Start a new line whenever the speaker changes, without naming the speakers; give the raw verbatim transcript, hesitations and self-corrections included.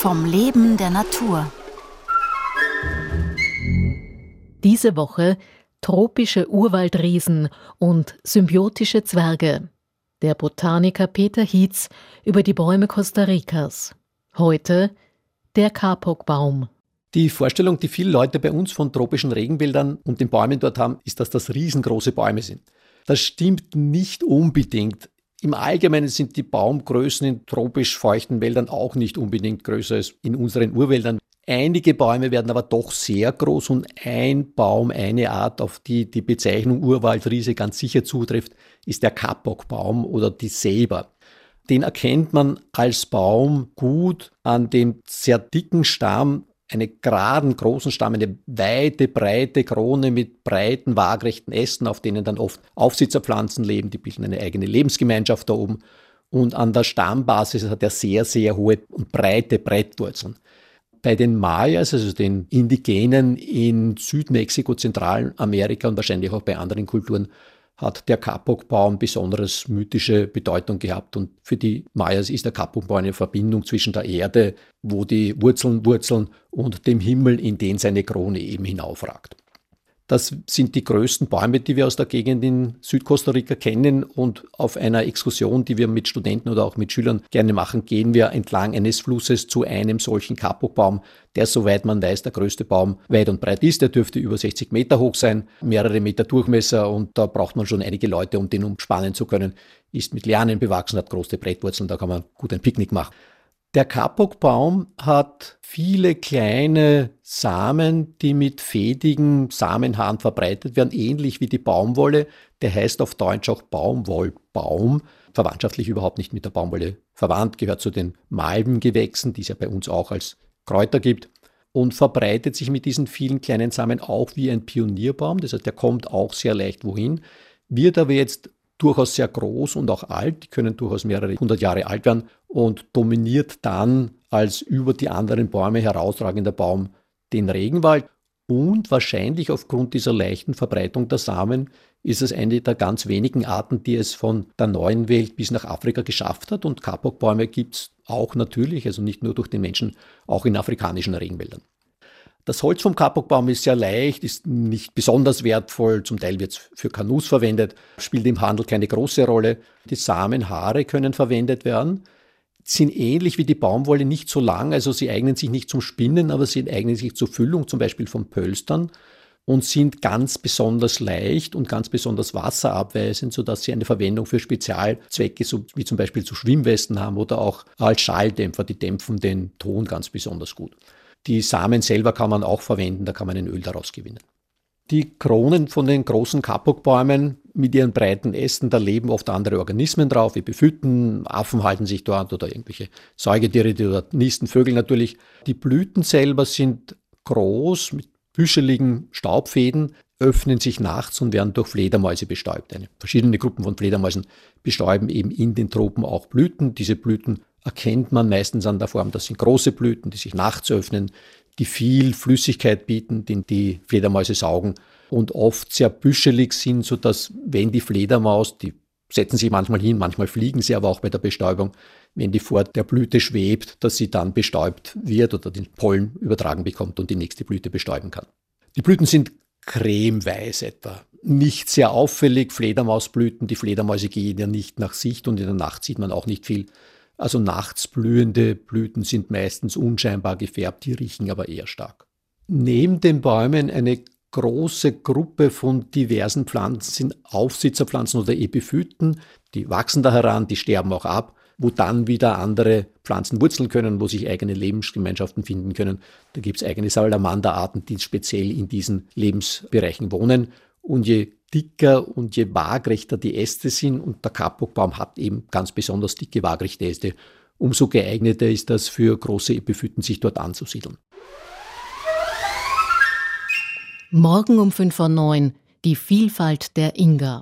Vom Leben der Natur.
Diese Woche tropische Urwaldriesen und symbiotische Zwerge. Der Botaniker Peter Hietz über die Bäume Costa Ricas. Heute der Kapokbaum.
Die Vorstellung, die viele Leute bei uns von tropischen Regenwäldern und den Bäumen dort haben, ist, dass das riesengroße Bäume sind. Das stimmt nicht unbedingt. Im Allgemeinen sind die Baumgrößen in tropisch feuchten Wäldern auch nicht unbedingt größer als in unseren Urwäldern. Einige Bäume werden aber doch sehr groß und ein Baum, eine Art, auf die die Bezeichnung Urwaldriese ganz sicher zutrifft, ist der Kapokbaum oder die Ceiba. Den erkennt man als Baum gut an dem sehr dicken Stamm, einen geraden, großen Stamm, eine weite, breite Krone mit breiten, waagrechten Ästen, auf denen dann oft Aufsitzerpflanzen leben, die bilden eine eigene Lebensgemeinschaft da oben. Und an der Stammbasis hat er sehr, sehr hohe und breite Brettwurzeln. Bei den Mayas, also den Indigenen in Südmexiko, Zentralamerika und wahrscheinlich auch bei anderen Kulturen, hat der Kapokbaum besonders mythische Bedeutung gehabt. Und für die Mayas ist der Kapokbaum eine Verbindung zwischen der Erde, wo die Wurzeln wurzeln, und dem Himmel, in den seine Krone eben hinaufragt. Das sind die größten Bäume, die wir aus der Gegend in Südcosta Rica kennen, und auf einer Exkursion, die wir mit Studenten oder auch mit Schülern gerne machen, gehen wir entlang eines Flusses zu einem solchen Kapokbaum, der, soweit man weiß, der größte Baum weit und breit ist. Der dürfte über sechzig Meter hoch sein, mehrere Meter Durchmesser, und da braucht man schon einige Leute, um den umspannen zu können. Ist mit Lianen bewachsen, hat große Brettwurzeln, da kann man gut ein Picknick machen. Der Kapokbaum hat viele kleine Samen, die mit fädigen Samenhaaren verbreitet werden, ähnlich wie die Baumwolle. Der heißt auf Deutsch auch Baumwollbaum, verwandtschaftlich überhaupt nicht mit der Baumwolle verwandt, gehört zu den Malvengewächsen, die es ja bei uns auch als Kräuter gibt, und verbreitet sich mit diesen vielen kleinen Samen auch wie ein Pionierbaum. Das heißt, der kommt auch sehr leicht wohin, wird aber jetzt durchaus sehr groß und auch alt, die können durchaus mehrere hundert Jahre alt werden, und dominiert dann als über die anderen Bäume herausragender Baum den Regenwald. Und wahrscheinlich aufgrund dieser leichten Verbreitung der Samen ist es eine der ganz wenigen Arten, die es von der neuen Welt bis nach Afrika geschafft hat. Und Kapokbäume gibt es auch natürlich, also nicht nur durch den Menschen, auch in afrikanischen Regenwäldern. Das Holz vom Kapokbaum ist sehr leicht, ist nicht besonders wertvoll, zum Teil wird es für Kanus verwendet, spielt im Handel keine große Rolle. Die Samenhaare können verwendet werden, sind ähnlich wie die Baumwolle nicht so lang, also sie eignen sich nicht zum Spinnen, aber sie eignen sich zur Füllung, zum Beispiel von Pölstern, und sind ganz besonders leicht und ganz besonders wasserabweisend, sodass sie eine Verwendung für Spezialzwecke, so wie zum Beispiel zu Schwimmwesten haben oder auch als Schalldämpfer, die dämpfen den Ton ganz besonders gut. Die Samen selber kann man auch verwenden, da kann man ein Öl daraus gewinnen. Die Kronen von den großen Kapokbäumen mit ihren breiten Ästen, da leben oft andere Organismen drauf, wie Bephyten, Affen halten sich dort oder irgendwelche Säugetiere, die dort nisten, Vögel natürlich. Die Blüten selber sind groß, mit büscheligen Staubfäden, öffnen sich nachts und werden durch Fledermäuse bestäubt. Eine verschiedene Gruppen von Fledermäusen bestäuben eben in den Tropen auch Blüten. Diese Blüten erkennt man meistens an der Form, das sind große Blüten, die sich nachts öffnen, die viel Flüssigkeit bieten, den die Fledermäuse saugen und oft sehr büschelig sind, sodass, wenn die Fledermaus, die setzen sich manchmal hin, manchmal fliegen sie aber auch bei der Bestäubung, wenn die vor der Blüte schwebt, dass sie dann bestäubt wird oder den Pollen übertragen bekommt und die nächste Blüte bestäuben kann. Die Blüten sind cremeweiß etwa, nicht sehr auffällig, Fledermausblüten, die Fledermäuse gehen ja nicht nach Sicht und in der Nacht sieht man auch nicht viel. Also nachts blühende Blüten sind meistens unscheinbar gefärbt, die riechen aber eher stark. Neben den Bäumen eine große Gruppe von diversen Pflanzen sind Aufsitzerpflanzen oder Epiphyten, die wachsen da heran, die sterben auch ab, wo dann wieder andere Pflanzen wurzeln können, wo sich eigene Lebensgemeinschaften finden können. Da gibt es eigene Salamanderarten, die speziell in diesen Lebensbereichen wohnen. Und je dicker und je waagrechter die Äste sind, und der Kapokbaum hat eben ganz besonders dicke, waagrechte Äste, umso geeigneter ist das für große Epiphyten, sich dort anzusiedeln.
Morgen um fünf vor neun, die Vielfalt der Inga.